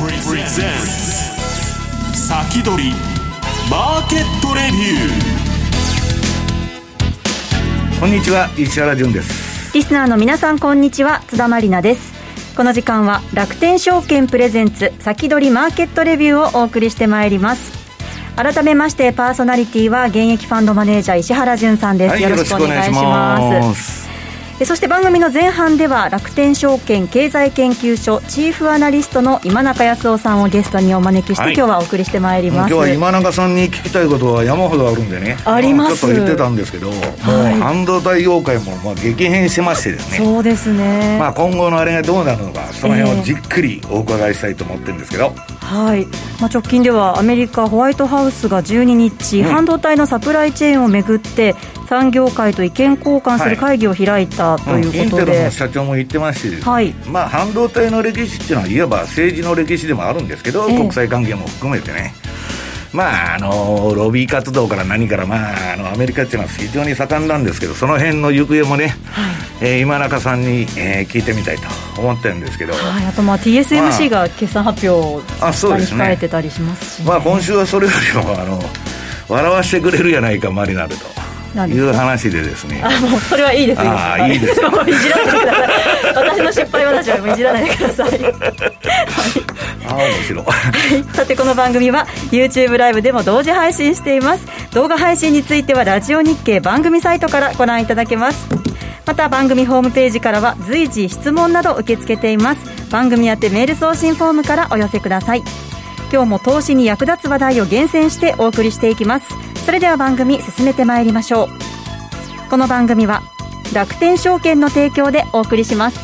先取りマーケットレビュー。 こんにちは、石原潤です。 リスナーの皆さんこんにちは、津田まりなです。この時間は楽天証券プレゼンツ先取りマーケットレビューをお送りしてまいります。改めましてパーソナリティは現役ファンドマネージャー石原潤さんです、はい、よろしくお願いします。そして番組の前半では楽天証券経済研究所チーフアナリストの今中康夫さんをゲストにお招きして、はい、今日はお送りしてまいります。 今日は今中さんに聞きたいことは山ほどあるんでね、 あります。 ちょっと言ってたんですけど、もう半導体業界も激変してましてですね、 そうですね、 今後のあれがどうなるのか、その辺をじっくりお伺いしたいと思ってるんですけど、 はい、直近ではアメリカホワイトハウスが12日、半導体のサプライチェーンをめぐって産業界と意見交換する会議を開いたということで、 インテルの社長も言ってましてですね、 はい、 半導体の歴史っていうのはいわば政治の歴史でもあるんですけど、国際関係も含めてね、ロビー活動から何から、アメリカっていうのは非常に盛んなんですけど、その辺の行方もね、はい、今中さんに、聞いてみたいと思ってるんですけど、はい、 あとTSMC が決算発表を控えてたりしますし、ね、 今週はそれよりも笑わせてくれるやないかマリナルという話でですね、 もうそれはいいですよ。 いいですもういじらないでください。私の失敗話はもういじらないでください。はい、 面白い。 さてこの番組は YouTube ライブでも同時配信しています。動画配信についてはラジオ日経番組サイトからご覧いただけます。また番組ホームページからは随時質問など受け付けています。番組宛てメール送信フォームからお寄せください。今日も投資に役立つ話題を厳選してお送りしていきます。それでは番組進めてまいりましょう。この番組は楽天証券の提供でお送りします。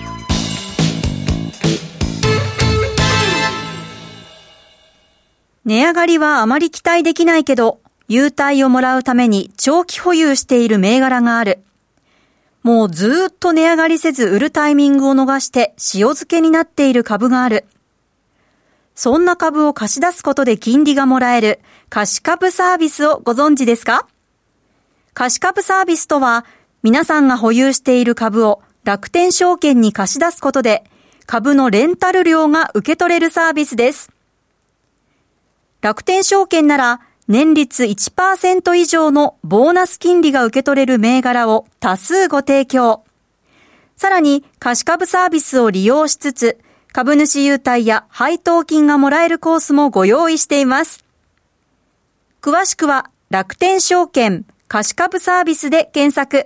値上がりはあまり期待できないけど、優待をもらうために長期保有している銘柄がある。もうずっと値上がりせず売るタイミングを逃して塩漬けになっている株がある。そんな株を貸し出すことで金利がもらえる貸株サービスをご存知ですか？貸株サービスとは、皆さんが保有している株を楽天証券に貸し出すことで株のレンタル料が受け取れるサービスです。楽天証券なら年率 1% 以上のボーナス金利が受け取れる銘柄を多数ご提供。さらに貸株サービスを利用しつつ、株主優待や配当金がもらえるコースもご用意しています。詳しくは楽天証券貸株サービスで検索。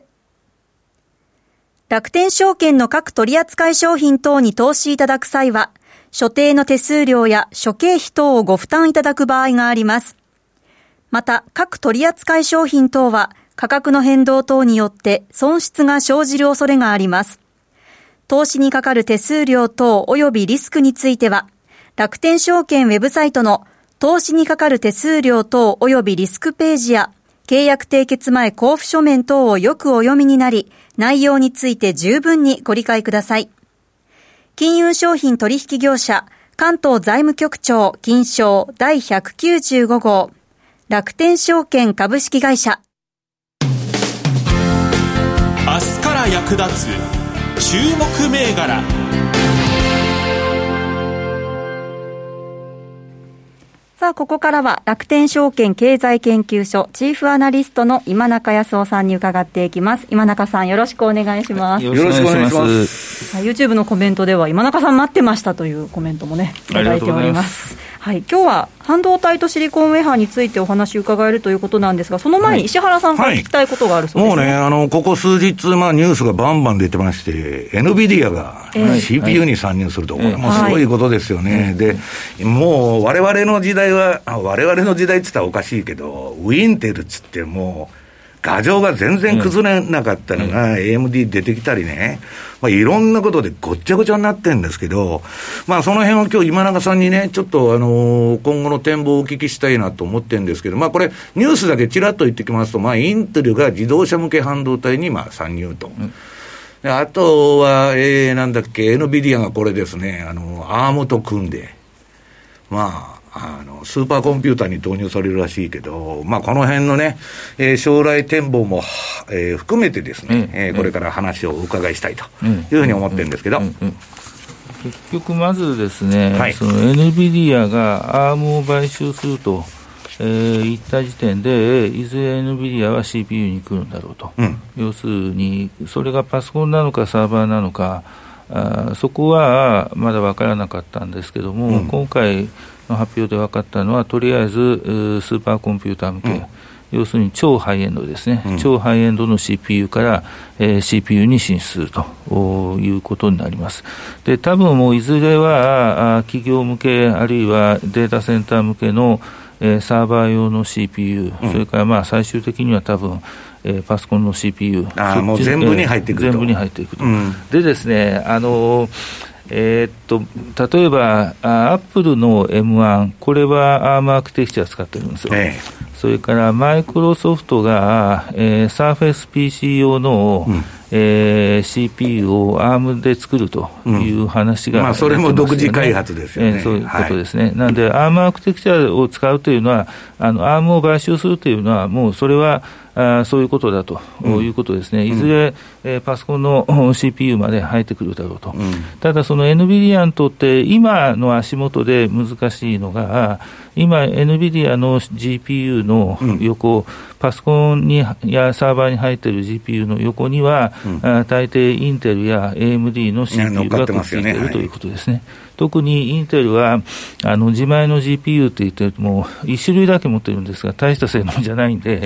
楽天証券の各取扱い商品等に投資いただく際は、所定の手数料や諸経費等をご負担いただく場合があります。また、各取扱い商品等は価格の変動等によって損失が生じる恐れがあります。投資にかかる手数料等及びリスクについては、楽天証券ウェブサイトの投資にかかる手数料等及びリスクページや、契約締結前交付書面等をよくお読みになり、内容について十分にご理解ください。金融商品取引業者、関東財務局長金商第195号、楽天証券株式会社。 明日から役立つ注目銘柄。 さあここからは楽天証券経済研究所チーフアナリストの今中康夫さんに伺っていきます。今中さんよろしくお願いします。 よろしくお願いします。 YouTube のコメントでは今中さん待ってましたというコメントもねいただいております。はい、今日は半導体とシリコンウェハーについてお話を伺えるということなんですが、その前に石原さんから聞きたいことがあるそうですね。 もうね、ここ数日、ニュースがバンバン出てまして、NVIDIA が CPU に参入すると、これもすごいことですよね。で、もう我々の時代って言ったらおかしいけど、ウィンテルっつってもう、牙城が全然崩れなかったのが AMD 出てきたりね、いろんなことでごっちゃごちゃになってるんですけど、その辺を今日今中さんにね、ちょっと今後の展望をお聞きしたいなと思ってるんですけど、これニュースだけちらっと言ってきますと、インテルが自動車向け半導体に参入と。であとは、NVIDIA がこれですね、アームと組んで、スーパーコンピューターに導入されるらしいけど、この辺のね、将来展望も、含めてですね、これから話をお伺いしたいというふうに思ってるんですけど。 結局まずですね、 はい、 その NVIDIA が ARM を買収すると、言った時点でいずれ NVIDIA は CPU に来るんだろうと、要するにそれがパソコンなのかサーバーなのか、そこはまだ分からなかったんですけども、今回の発表で分かったのはとりあえずスーパーコンピューター向け、要するに超ハイエンドですね、超ハイエンドの CPU から、CPU に進出するということになります。で、多分もういずれは企業向けあるいはデータセンター向けの、サーバー用の CPU、それから最終的には多分パソコンの CPU、 もう全部に入ってくると。 全部に入っていくと。でですね、例えばアップルの M1、これは ARM アーキテクチャ使ってるんですよ。それからマイクロソフトが、Surface PC 用の、CPU を ARM で作るという話が、 それも独自開発ですよね。 そういうことですね。なので ARM アーキテクチャを使うというのはARM を買収するというのはもうそれはそういうことだということですね。いずれ、パソコンの CPU まで入ってくるだろうと。ただその NVIDIA にとって今の足元で難しいのが、今 NVIDIA の GPU の横、パソコンにやサーバーに入っている GPU の横には、大抵インテルや AMD の CPU がくっついているということですね。特にインテルは自前の GPU って言っても1種類だけ持ってるんですが大した性能じゃないんで、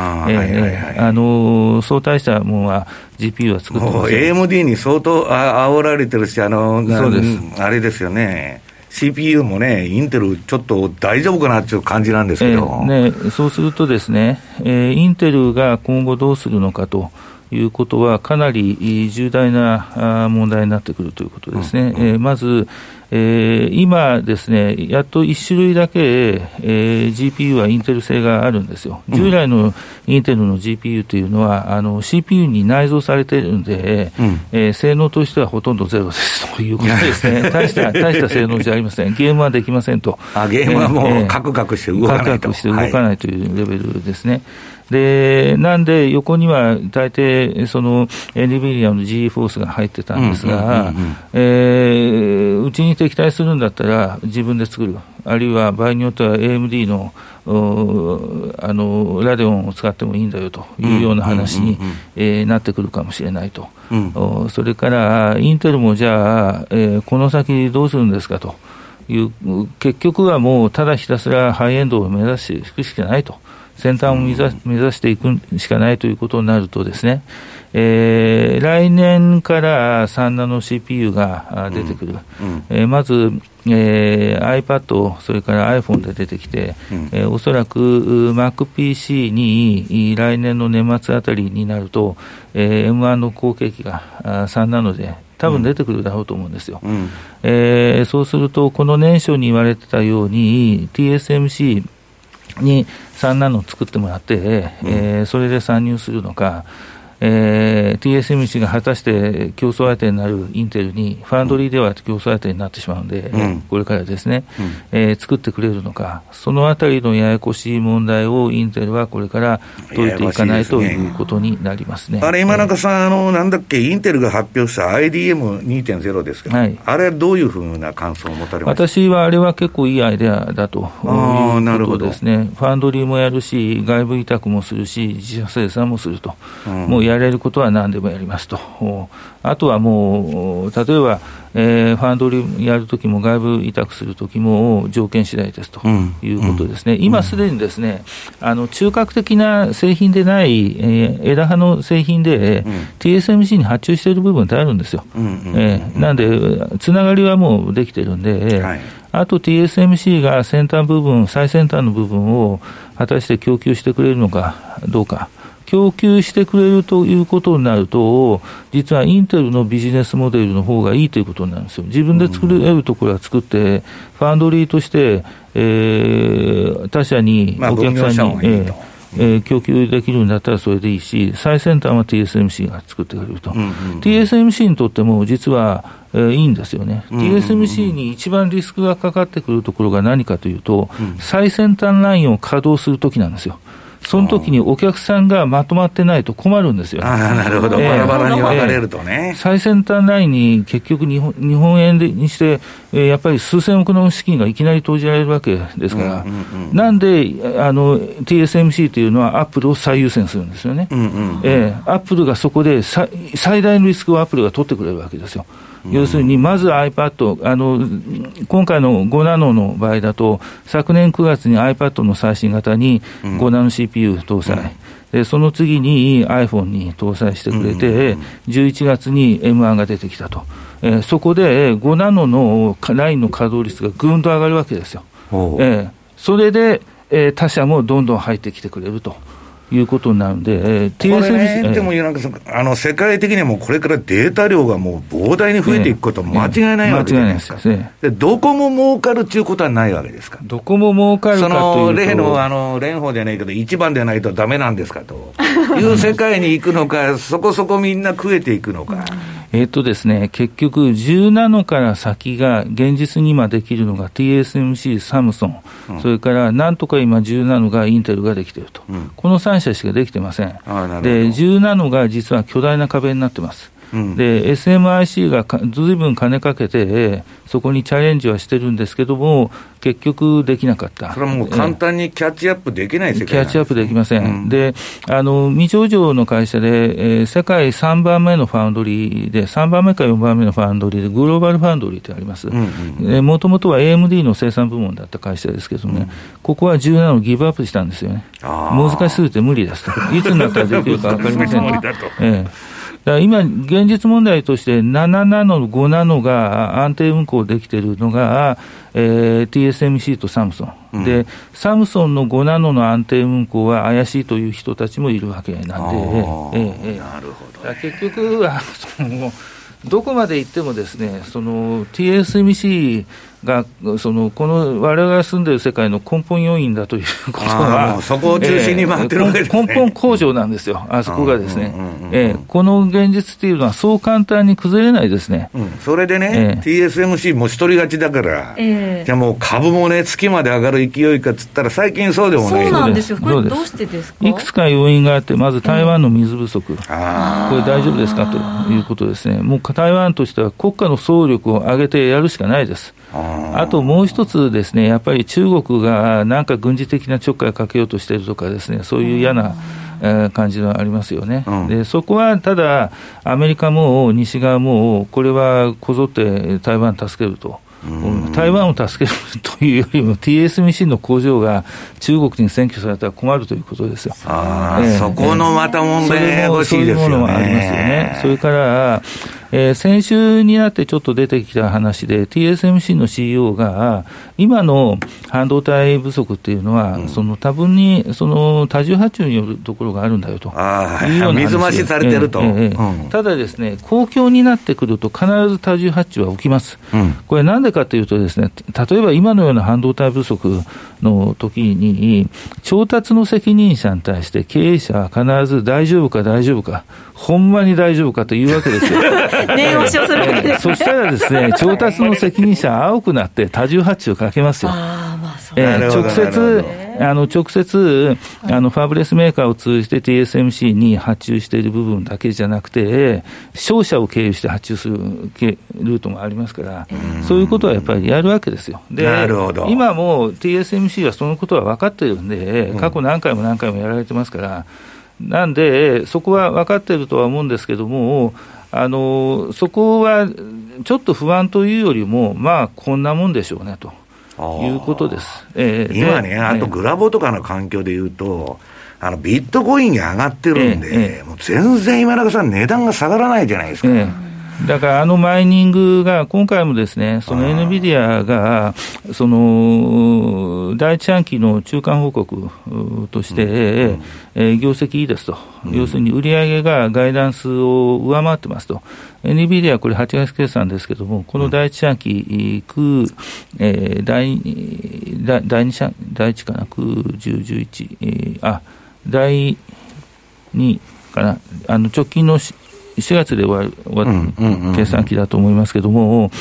そう大したものは GPU は作ってます。 AMD に相当煽られてるし、そうですあれですよね、CPU もね、インテルちょっと大丈夫かなっていう感じなんですけど、 そうするとですね、インテルが今後どうするのかということはかなり重大な問題になってくるということですね。まず、今ですね、やっと1種類だけ、GPU はインテル製があるんですよ。従来のインテルの GPU というのはCPU に内蔵されているんで、性能としてはほとんどゼロですということですね。大した性能じゃありません。ゲームはできませんと。 ゲームはもうカクカクして動かないと。 カクカクして動かないというレベルですね。なんで横には大抵その NVIDIA の GeForce が入ってたんですが、うちに敵対するんだったら自分で作る、あるいは場合によっては AMD のラデオンを使ってもいいんだよというような話になってくるかもしれないと。それからインテルもじゃあ、この先どうするんですかという、結局はもうただひたすらハイエンドを目指していくしかないと、先端を目指していくしかないということになるとですね、来年から3ナノ CPU が出てくる。まず、iPad、それから iPhone で出てきて、おそらく MacPC に来年の年末あたりになると、M1 の後継機が3ナノで多分出てくるだろうと思うんですよ。そうすると、この年初に言われてたように TSMC に3ナノ作ってもらって、それで参入するのか、TSMC が果たして競争相手になるインテルにファンドリーでは競争相手になってしまうので、これからですね、作ってくれるのか、そのあたりのややこしい問題をインテルはこれから解いていかないということになりますね。 今中さん、なんだっけ、インテルが発表した IDM2.0 ですけど、あれはどういうふうな感想を持たれますか？ 私はあれは結構いいアイデアだということですね。ファンドリーもやるし、外部委託もするし、自社生産もすると、もうやれることは何でもやりますと。あとはもう例えば、ファンドリーやるときも外部委託するときも条件次第ですということですね。今すでにですね、中核的な製品でない、枝葉の製品で、TSMC に発注している部分ってあるんですよ。なんでつながりはもうできてるんで、あと TSMC が先端部分、最先端の部分を果たして供給してくれるのかどうか。供給してくれるということになると、実はインテルのビジネスモデルの方がいいということになるんですよ。自分で作れるところは作って、ファンドリーとして、他社に、お客さんに、供給できるんだったらそれでいいし、最先端は TSMC が作ってくれると。TSMC にとっても実はいいんですよね。TSMC に一番リスクがかかってくるところが何かというと、最先端ラインを稼働するときなんですよ。 その時にお客さんがまとまってないと困るんですよ、ね。 なるほど、バラバラに分かれるとね。 最先端ラインに結局日本円にして、やっぱり数千億の資金がいきなり投じられるわけですから、なんでTSMC というのはアップルを最優先するんですよね。アップルがそこで最大のリスクをアップルが取ってくれるわけですよ。要するに、まず iPad、今回の5ナノの場合だと、昨年9月に iPad の最新型に5ナノ CPU 搭載、でその次に iPhone に搭載してくれて、11月に M1 が出てきたと、そこで5ナノのラインの稼働率がぐんと上がるわけですよ。それで、他社もどんどん入ってきてくれるということになるんで、 これね、でもなんか世界的にもこれからデータ量がもう膨大に増えていくことは間違いないわけじゃないですか。でどこも儲かるっていうことはないわけですか。 どこも儲かるかというと、 その例の蓮舫じゃないけど一番でないとダメなんですかという世界に行くのかそこそこみんな食えていくのか。 ですね、結局10ナノから先が現実に今できるのが TSMC、サムソン、それからなんとか今10ナノがインテルができていると、この3社しかできてません。で10ナノが実は巨大な壁になってます。で SMIC がずいぶん金かけてそこにチャレンジはしてるんですけども結局できなかった。 それはもう簡単にキャッチアップできない世界なんですね。キャッチアップできません。で未上場の会社で、世界3番目のファウンドリーで3番目か4番目のファウンドリーでグローバルファウンドリーってあります。もともとは AMD の生産部門だった会社ですけどね、ここは10ナノギブアップしたんですよね。難しすぎて無理ですと。いつになったらできるか分かりませんと。だから今、現実問題として7ナノ、5ナノが安定運行できているのが、TSMC とサムソン、でサムソンの5ナノの安定運行は怪しいという人たちもいるわけなんで、なるほど、結局はどこまで行ってもですね、TSMC がこの我々が住んでいる世界の根本要因だということは、 そこを中心に回ってるわけですね。 根本工場なんですよ、あそこがですね。この現実っていうのはそう簡単に崩れないですね。 それでね、TSMC も一人勝ちだから、じゃあもう株もね月まで上がる勢いかっつったら最近そうでもない。 そうなんですよ。これどうしてですか。 いくつか要因があって、まず台湾の水不足、これ大丈夫ですかということですね。もう台湾としては国家の総力を上げてやるしかないです。あともう一つですね、やっぱり中国がなんか軍事的なちょっかいかけようとしているとかですね、そういう嫌な感じがありますよね。でそこはただアメリカも西側もこれはこぞって台湾を助けると。台湾を助けるというよりも TSMC の工場が中国に占拠されたら困るということですよ。 そこのまた問題が欲しいですよね。そういうものもありますよね。それから先週になってちょっと出てきた話で TSMC の CEO が今の半導体不足っていうのは、多分に多重発注によるところがあるんだよというような水増しされてると、 ただですね、公共になってくると必ず多重発注は起きます。これなんでかというとですね、例えば今のような半導体不足の時に調達の責任者に対して経営者は必ず大丈夫か大丈夫かほんまに大丈夫かというわけですよ。 念押しをするわけです。 そしたらですね、調達の責任者は青くなって多重発注をかけますよ。直接ファブレスメーカーを通じて TSMC に発注している部分だけじゃなくて商社を経由して発注するルートもありますから、そういうことはやっぱりやるわけですよ。で今も TSMC はそのことは分かっているんで、過去何回も何回もやられてますから、なんでそこは分かっているとは思うんですけども、そこはちょっと不安というよりもこんなもんでしょうねということです。 今ね、あとグラボとかの環境でいうとビットコインが上がってるんで、もう全然今中さん値段が下がらないじゃないですか。 だからマイニングが今回もですね、NVIDIA が第一半期の中間報告として、業績いいですと、要するに売上がガイダンスを上回ってますと。NVIDIA はこれ8月決算ですけども、この第一半期第1かな、9、10、11、第2かな、直近の4月で終わる決算期だと思いますけども、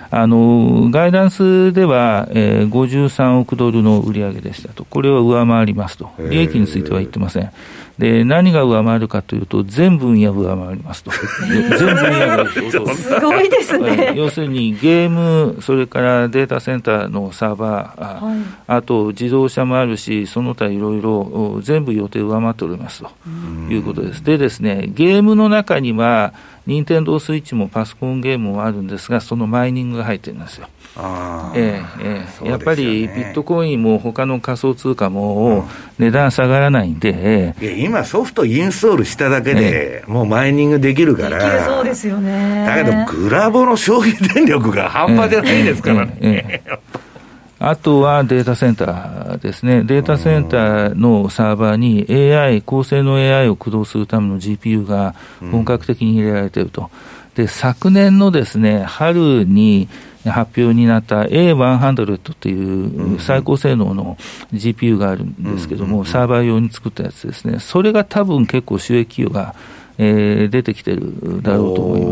ガイダンスでは、53億ドルの売り上げでしたと。これは上回りますと。利益については言ってません。で、何が上回るかというと、全分野上回りますと。全分野がすごいですね。 要するにゲーム、それからデータセンターのサーバー、あと自動車もあるし、その他いろいろ全部予定上回っておりますということです。でですね、ゲームの中には、ニンテンドースイッチもパソコンゲームもあるんですが、そのマイニングが入ってるんですよ。やっぱりビットコインも他の仮想通貨も値段下がらないんで、 今ソフトインストールしただけでもうマイニングできるから、 できるそうですよね。 だけどグラボの消費電力が半端じゃないですからね。 あとはデータセンターですね。データセンターのサーバーに AI、高性能 AI を駆動するための GPU が本格的に入れられていると。で、昨年のですね、春に発表になった A100 という最高性能の GPU があるんですけども、サーバー用に作ったやつですね。それが多分結構収益が、出てきてるだろうと思います。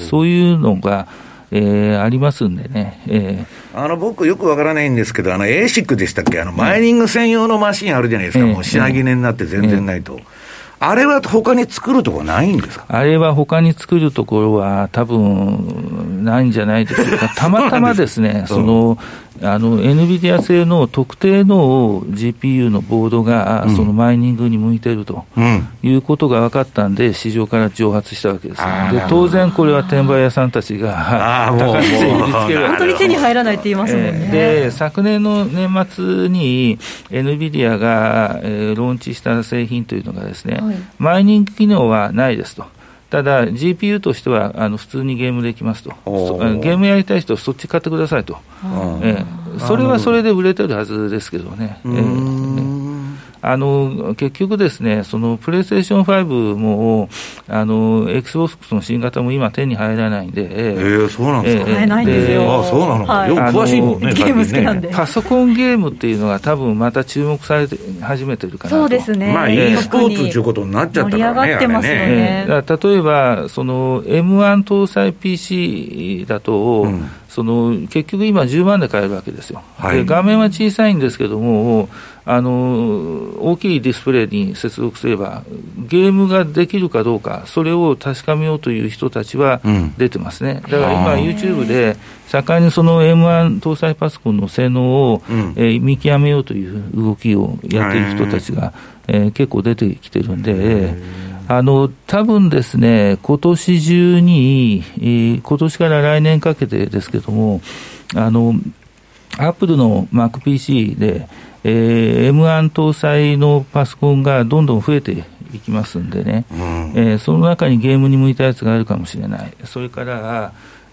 そういうのがありますんでね、 僕よくわからないんですけど、ASIC でしたっけ、マイニング専用のマシンあるじゃないですか、もう品切れになって全然ないと。あれは他に作るところないんですか？ あれは他に作るところは多分ないんじゃないでしょうか。たまたまですね、NVIDIA 製の特定の GPU のボードがそのマイニングに向いているということが分かったんで、市場から蒸発したわけです。で、当然これは転売屋さんたちが高値で売りつける。 本当に手に入らないって言いますもんね。 で、昨年の年末に NVIDIA がローンチした製品というのがですね、マイニング機能はないですと。ただ GPU としては普通にゲームできますと。ゲームやりたい人はそっち買ってくださいと。それはそれで売れてるはずですけどね。結局ですね、そのプレイステーション5もXbox の新型も今手に入らないんで、 そうなんですか。 買えないんですよ。 そうなの、よく詳しいもんね。 ゲーム好きなんで。 パソコンゲームっていうのが多分また注目されて始めてるかなと。 そうですね。 e スポーツということになっちゃったからね。 盛り上がってますよね。 だから例えばその M1 搭載 PC だと、結局今10万で買えるわけですよ。で、画面は小さいんですけども、大きいディスプレイに接続すればゲームができるかどうか、それを確かめようという人たちは出てますね。だから今 YouTube で盛んにその M1 搭載パソコンの性能を、見極めようという動きをやっている人たちが、結構出てきてるんで、多分ですね、今年中に、今年から来年かけてですけども、アップルの MacPC で、M1 搭載のパソコンがどんどん増えていきますんでね、その中にゲームに向いたやつがあるかもしれない。それから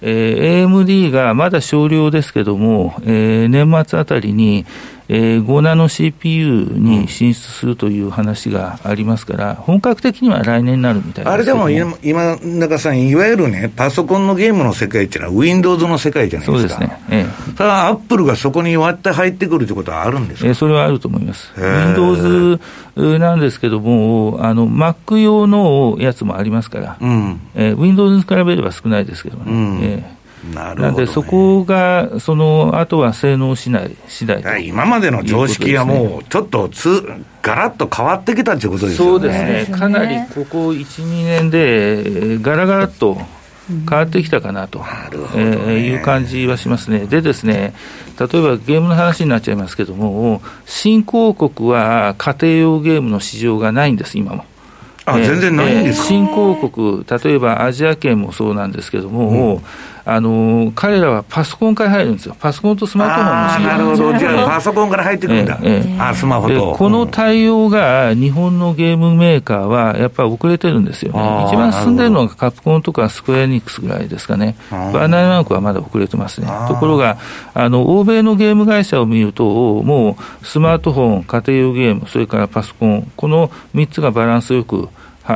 AMD がまだ少量ですけども、年末あたりに、5ナノ CPU に進出するという話がありますから、本格的には来年になるみたいです。 あれでも今中さん、いわゆるね、パソコンのゲームの世界っていうのは Windows の世界じゃないですか。 そうですね。 ただアップルがそこに割って入ってくるということはあるんですか？ それはあると思います。Windows なんですけども、Mac 用のやつもありますから、Windows に比べれば少ないですけどね。 なるほどね。 なんでそこがあとは性能次第と。 今までの常識がもうちょっとガラッと変わってきたということですよね。 そうですね。かなりここ 1,2 年でガラガラっと変わってきたかなという感じはしますね。でですね、例えばゲームの話になっちゃいますけども、新興国は家庭用ゲームの市場がないんです、今も。 全然ないんですか？ 新興国、例えばアジア圏もそうなんですけども、彼らはパソコンから入るんですよ。パソコンとスマートフォンの市場。 なるほど。じゃあパソコンから入ってくるんだ。スマホと。 この対応が日本のゲームメーカーはやっぱり遅れてるんですよね。一番進んでるのがカプコンとかスクエアエニックスぐらいですかね。バーナーマークはまだ遅れてますね。ところが欧米のゲーム会社を見ると、もうスマートフォン、家庭用ゲーム、それからパソコン、この3つがバランスよく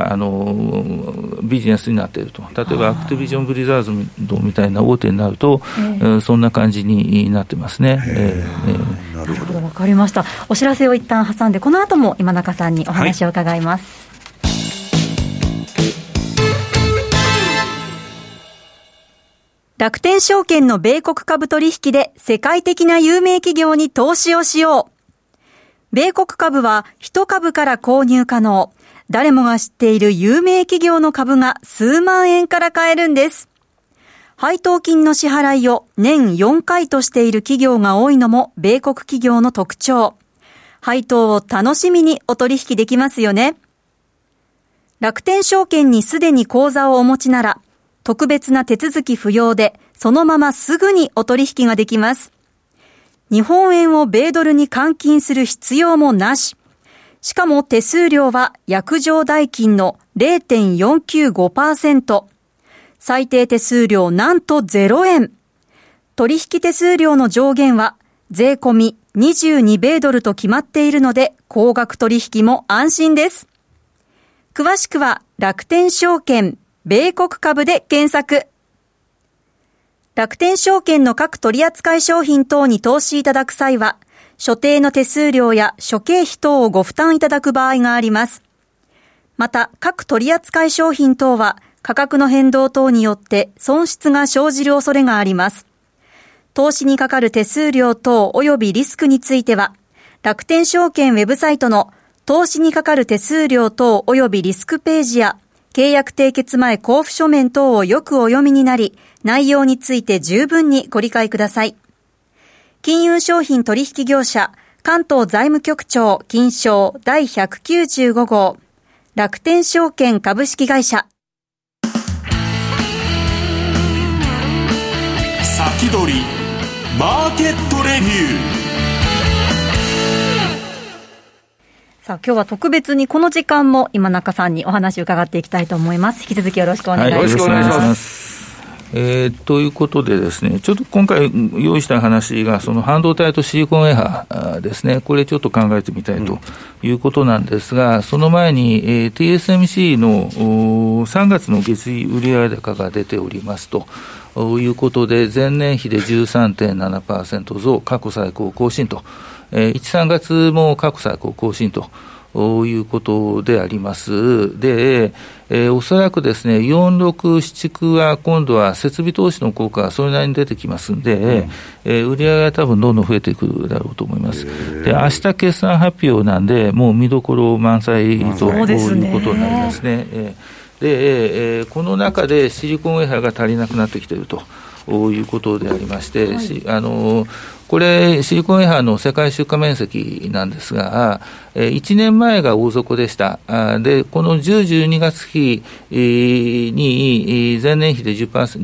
ビジネスになっていると。例えばアクティビジョン・ブリザードみたいな大手になると、そんな感じになってますね。 なるほど、わかりました。お知らせを一旦挟んで、この後も今中さんにお話を伺います。 楽天証券の米国株取引で世界的な有名企業に投資をしよう。米国株は1株から購入可能。誰もが知っている有名企業の株が数万円から買えるんです。配当金の支払いを年4回としている企業が多いのも米国企業の特徴。配当を楽しみにお取引できますよね。楽天証券にすでに口座をお持ちなら、特別な手続き不要で、そのまますぐにお取引ができます。日本円を米ドルに換金する必要もなし。しかも手数料は約定代金の 0.495%。最低手数料なんと0円。取引手数料の上限は税込み22米ドルと決まっているので、高額取引も安心です。詳しくは楽天証券米国株で検索。楽天証券の各取扱商品等に投資いただく際は、所定の手数料や諸経費等をご負担いただく場合があります。また、各取扱商品等は価格の変動等によって損失が生じる恐れがあります。投資にかかる手数料等及びリスクについては、楽天証券ウェブサイトの投資にかかる手数料等及びリスクページや契約締結前交付書面等をよくお読みになり、内容について十分にご理解ください。金融商品取引業者関東財務局長金商第195号楽天証券株式会社。 先取りマーケットレビュー。 さあ今日は特別にこの時間も今中さんにお話を伺っていきたいと思います。引き続きよろしくお願いします。 よろしくお願いします。 ということでですね、ちょっと今回用意した話がその半導体とシリコンウェハーですね、これちょっと考えてみたいということなんですが、その前に、TSMC の3月の月売上高が出ておりますということで、前年比で 13.7% 増、過去最高更新と、1、3月も過去最高更新ということであります。で、おそらくですね、4、6、7、9は今度は設備投資の効果がそれなりに出てきますんで、売上が多分どんどん増えていくだろうと思います。で、明日決算発表なんで、もう見どころ満載ということになりますね。で、この中でシリコンウェハーが足りなくなってきているということでありまして、これ、シリコンウェハーの世界出荷面積なんですが、1年前が大底でした。で、この10、12月期に前年比で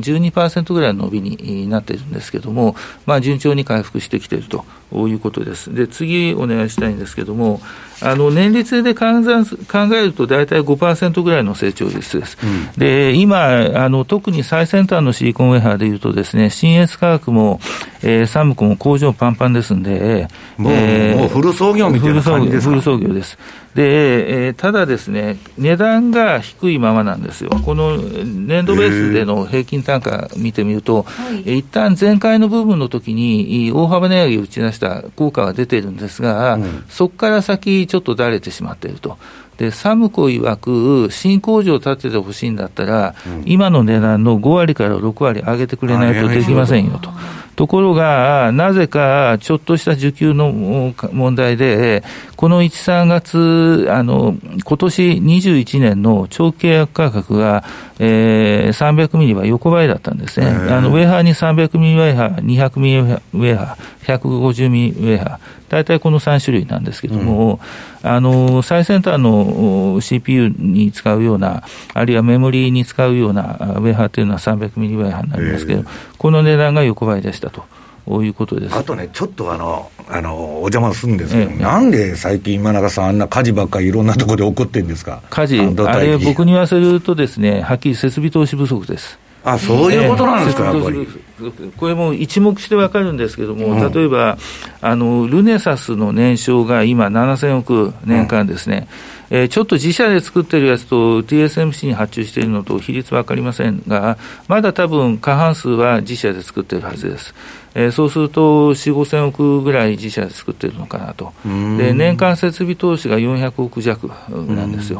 12% ぐらいの伸びになっているんですけども、まあ、順調に回復してきているということです。で、次お願いしたいんですけども、年率で考えると大体 5% ぐらいの成長率です。で、今、特に最先端のシリコンウェハーでいうとですね、新越価格も、サムコも工場パンパンですんで、 もうフル操業みたいな感じですか。 フル操業です。で、ただですね、値段が低いままなんですよ。この年度ベースでの平均単価見てみると、一旦前回の部分の時に大幅値上げを打ち出した効果が出ているんですが、そこから先ちょっとだれてしまっていると。で、サムコ曰く新工場を建ててほしいんだったら、今の値段の5割から6割上げてくれないとできませんよと。ところが、なぜかちょっとした需給の問題で、この1、3月、今年21年の長期契約価格が、300ミリは横ばいだったんですね。ウェハーに300ミリウェハー、200ミリウェハー、150ミリウェハー、大体この3種類なんですけども、最先端の CPU に使うような、あるいはメモリーに使うようなウェハーというのは300ミリウェハーになりますけど、この値段が横ばいでしたということです。 あとね、ちょっとお邪魔するんですけど、なんで最近今中さんあんな火事ばっかりいろんなところで起こってるんですか。 火事、あれ僕に言わせるとですね、はっきり設備投資不足です。 あ、そういうことなんですか、やっぱり。 これも一目してわかるんですけども、例えばルネサスの年商が今7000億年間ですね、ちょっと自社で作ってるやつと TSMC に発注しているのと比率は分かりませんが、まだ多分過半数は自社で作っているはずです。そうすると4、5000億ぐらい自社で作っているのかなと。で、年間設備投資が400億弱なんですよ。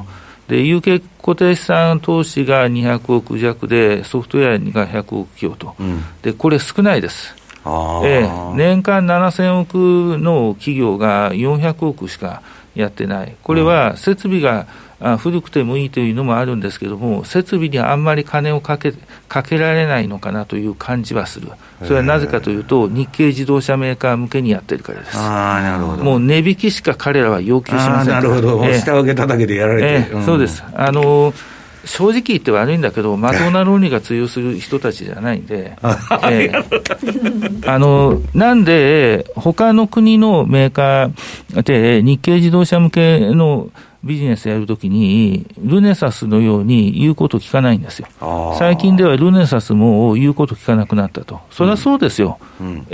で有形固定資産投資が200億弱で、ソフトウェアが100億強と、でこれ少ないです。年間7000億の企業が400億しかやってない。これは設備が古くてもいいというのもあるんですけども、設備にあんまり金をかけられないのかなという感じはする。それはなぜかというと、日系自動車メーカー向けにやってるからです。 なるほど。 もう値引きしか彼らは要求しません。 なるほど。下請け叩けでやられて、 そうです。正直言って悪いんだけど、まともな論理が通用する人たちじゃないんで、なんで、他の国のメーカーで日系自動車向けのビジネスやるときに、ルネサスのように言うこと聞かないんですよ。最近ではルネサスも言うこと聞かなくなったと。それはそうですよ。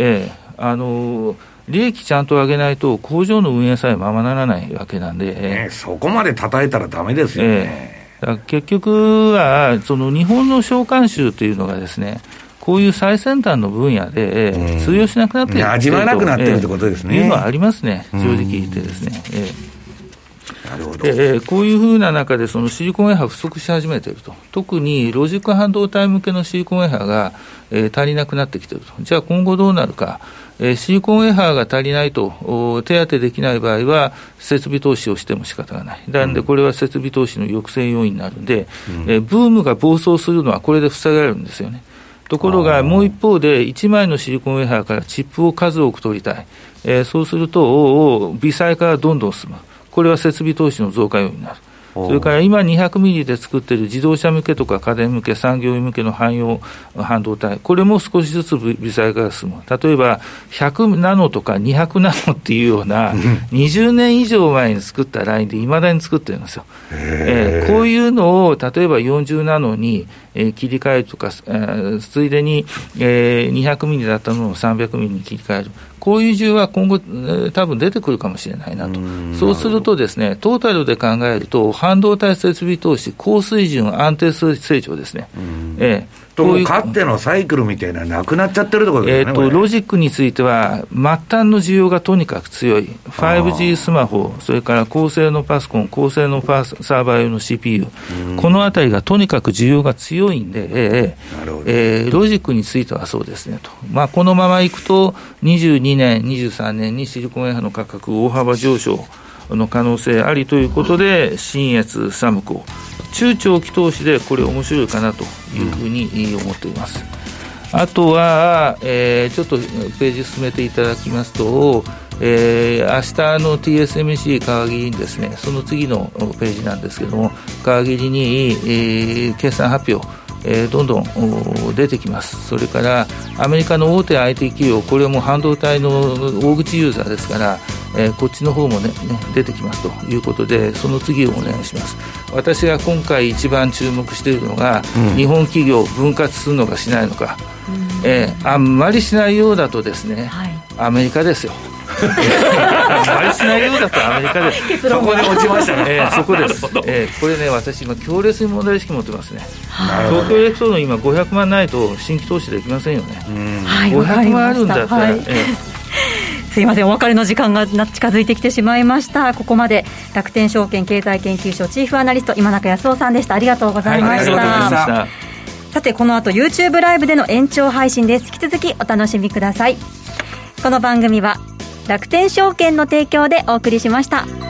利益ちゃんと上げないと工場の運営さえままならないわけなんで、 そこまで叩いたらダメですよね。 結局はその日本の商慣習というのがですね、こういう最先端の分野で通用しなくなっている、 味わなくなっているってことですね。 いうのはありますね、正直言ってですね。 なるほど。 こういうふうな中でそのシリコンウェハー不足し始めていると。特にロジック半導体向けのシリコンウェハーが、足りなくなってきていると。じゃあ今後どうなるか。シリコンウェハーが足りないと手当てできない場合は設備投資をしても仕方がない。なのでこれは設備投資の抑制要因になるので、ブームが暴走するのはこれで防がれるんですよね。ところがもう一方で1枚のシリコンウェハーからチップを数多く取りたい。そうすると微細化がどんどん進む。これは設備投資の増加要因になる。それから今200ミリで作っている自動車向けとか家電向け、産業向けの汎用半導体、これも少しずつ微細化が進む。例えば100ナノとか200ナノっていうような20年以上前に作ったラインで未だに作ってるんですよ。こういうのを例えば40ナノに切り替えるとか、ついでに200ミリだったのを300ミリに切り替える。こういう需要は今後、多分出てくるかもしれないなと。そうするとですね、トータルで考えると、半導体設備投資、高水準、安定成長ですね。 こういうかつてのサイクルみたいななくなっちゃってるってことですね。 ロジックについては、末端の需要がとにかく強い。5G スマホ、それから高性能パソコン、高性能サーバー用の CPU、このあたりがとにかく需要が強いんで、ロジックについてはそうですねと。このままいくと、22年、23年にシリコンウェハーの価格大幅上昇の可能性ありということで、信越サムコ、中長期投資でこれ面白いかなというふうに思っています。あとは、ちょっとページ進めていただきますと、明日の TSMC 川切りにですね、その次のページなんですけども、川切りに、決算発表、どんどん出てきます。それからアメリカの大手 IT 企業、これも半導体の大口ユーザーですから、こっちの方も ね出てきますということで、その次をお願いします。私が今回一番注目しているのが、日本企業分割するのかしないのか、あんまりしないようだとですね、アメリカですよ。あんまりしないようだとアメリカです。 そこで落ちましたね。 そこです。これね、私今強烈に問題意識持ってますね。東京エレクトロン今500万ないと新規投資できませんよね。500万あるんだったら、 すいません、お別れの時間が近づいてきてしまいました。ここまで楽天証券経済研究所チーフアナリスト今中康夫さんでした。ありがとうございました。さて、この後 YouTube ライブでの延長配信です。引き続きお楽しみください。この番組は楽天証券の提供でお送りしました。